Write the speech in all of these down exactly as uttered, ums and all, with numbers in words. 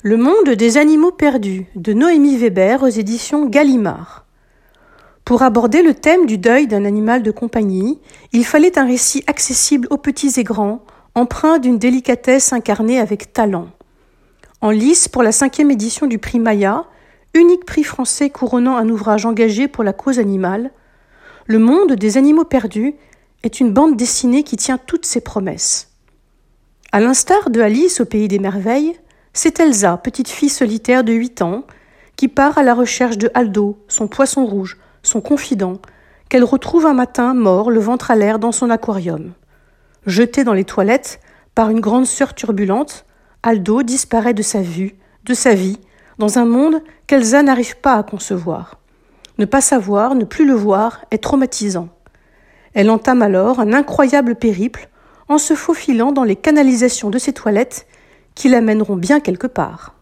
Le monde des animaux perdus de Noémie Weber aux éditions Gallimard. Pour aborder le thème du deuil d'un animal de compagnie, il fallait un récit accessible aux petits et grands, empreint d'une délicatesse incarnée avec talent. En lice pour la cinquième édition du prix Maya, unique prix français couronnant un ouvrage engagé pour la cause animale, Le monde des animaux perdus est une bande dessinée qui tient toutes ses promesses. À l'instar de Alice au pays des merveilles, c'est Elsa, petite fille solitaire de huit ans, qui part à la recherche de Aldo, son poisson rouge, son confident, qu'elle retrouve un matin mort, le ventre à l'air dans son aquarium. Jeté dans les toilettes par une grande sœur turbulente, Aldo disparaît de sa vue, de sa vie, dans un monde qu'Elsa n'arrive pas à concevoir. Ne pas savoir, ne plus le voir, est traumatisant. Elle entame alors un incroyable périple en se faufilant dans les canalisations de ses toilettes qui l'amèneront bien quelque part.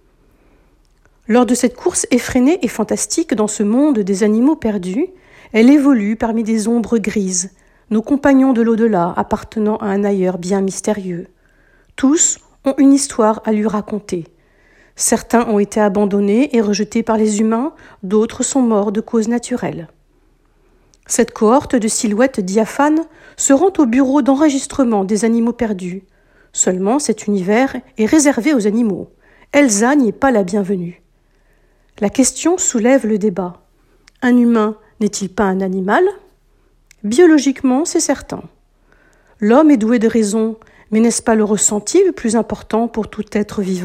Lors de cette course effrénée et fantastique dans ce monde des animaux perdus, elle évolue parmi des ombres grises, nos compagnons de l'au-delà appartenant à un ailleurs bien mystérieux. Tous ont une histoire à lui raconter. Certains ont été abandonnés et rejetés par les humains, d'autres sont morts de causes naturelles. Cette cohorte de silhouettes diaphanes se rend au bureau d'enregistrement des animaux perdus. Seulement, cet univers est réservé aux animaux. Elsa n'y est pas la bienvenue. La question soulève le débat. Un humain n'est-il pas un animal ? Biologiquement, c'est certain. L'homme est doué de raison, mais n'est-ce pas le ressenti le plus important pour tout être vivant ?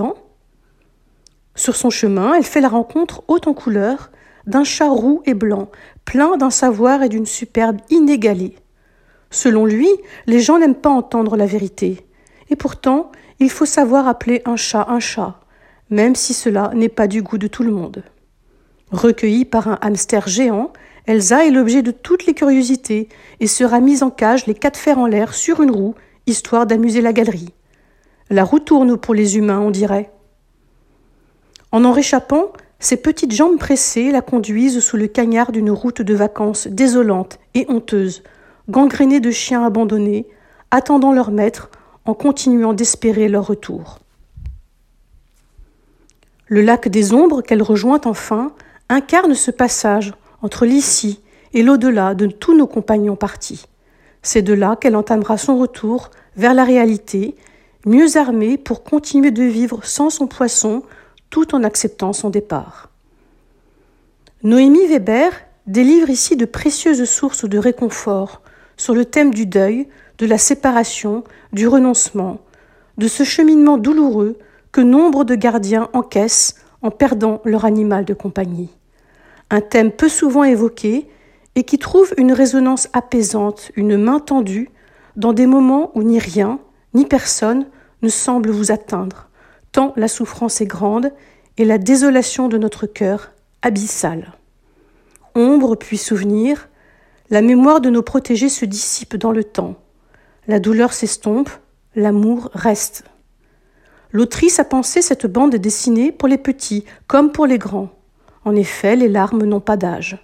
Sur son chemin, elle fait la rencontre haute en couleurs d'un chat roux et blanc, plein d'un savoir et d'une superbe inégalée. Selon lui, les gens n'aiment pas entendre la vérité. Et pourtant, il faut savoir appeler un chat un chat, même si cela n'est pas du goût de tout le monde. Recueillie par un hamster géant, Elsa est l'objet de toutes les curiosités et sera mise en cage les quatre fers en l'air sur une roue, histoire d'amuser la galerie. La roue tourne pour les humains, on dirait. En en réchappant, ses petites jambes pressées la conduisent sous le cagnard d'une route de vacances désolante et honteuse, gangrénée de chiens abandonnés, attendant leur maître, en continuant d'espérer leur retour. Le lac des ombres qu'elle rejoint enfin incarne ce passage entre l'ici et l'au-delà de tous nos compagnons partis. C'est de là qu'elle entamera son retour vers la réalité, mieux armée pour continuer de vivre sans son poisson, tout en acceptant son départ. Noémie Weber délivre ici de précieuses sources de réconfort sur le thème du deuil, de la séparation, du renoncement, de ce cheminement douloureux que nombre de gardiens encaissent en perdant leur animal de compagnie. Un thème peu souvent évoqué et qui trouve une résonance apaisante, une main tendue, dans des moments où ni rien, ni personne ne semble vous atteindre, tant la souffrance est grande et la désolation de notre cœur abyssale. Ombre puis souvenir, la mémoire de nos protégés se dissipe dans le temps. La douleur s'estompe, l'amour reste. L'autrice a pensé cette bande dessinée pour les petits comme pour les grands. En effet, les larmes n'ont pas d'âge.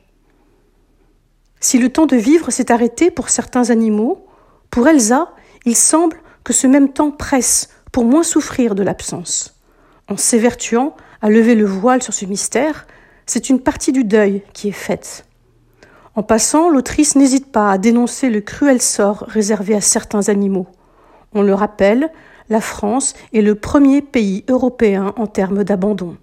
Si le temps de vivre s'est arrêté pour certains animaux, pour Elsa, il semble que ce même temps presse pour moins souffrir de l'absence. En s'évertuant à lever le voile sur ce mystère, c'est une partie du deuil qui est faite. En passant, l'autrice n'hésite pas à dénoncer le cruel sort réservé à certains animaux. On le rappelle, la France est le premier pays européen en termes d'abandon.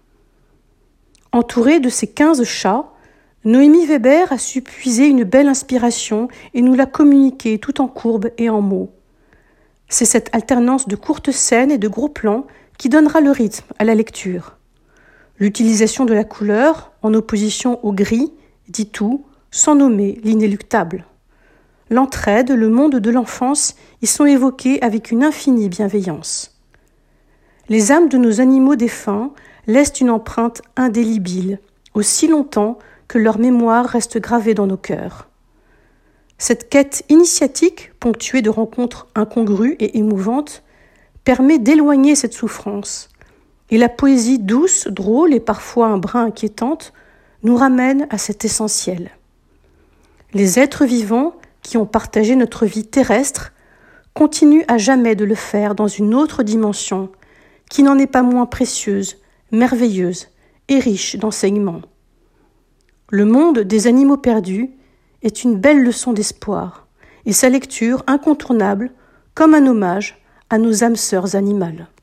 Entourée de ses quinze chats, Noémie Weber a su puiser une belle inspiration et nous l'a communiquée tout en courbe et en mots. C'est cette alternance de courtes scènes et de gros plans qui donnera le rythme à la lecture. L'utilisation de la couleur, en opposition au gris, dit tout, sans nommer l'inéluctable. L'entraide, le monde de l'enfance y sont évoqués avec une infinie bienveillance. Les âmes de nos animaux défunts laissent une empreinte indélébile, aussi longtemps que leur mémoire reste gravée dans nos cœurs. Cette quête initiatique, ponctuée de rencontres incongrues et émouvantes, permet d'éloigner cette souffrance, et la poésie douce, drôle et parfois un brin inquiétante nous ramène à cet essentiel. Les êtres vivants qui ont partagé notre vie terrestre continuent à jamais de le faire dans une autre dimension qui n'en est pas moins précieuse, merveilleuse et riche d'enseignements. Le monde des animaux perdus est une belle leçon d'espoir, et sa lecture incontournable comme un hommage à nos âmes sœurs animales.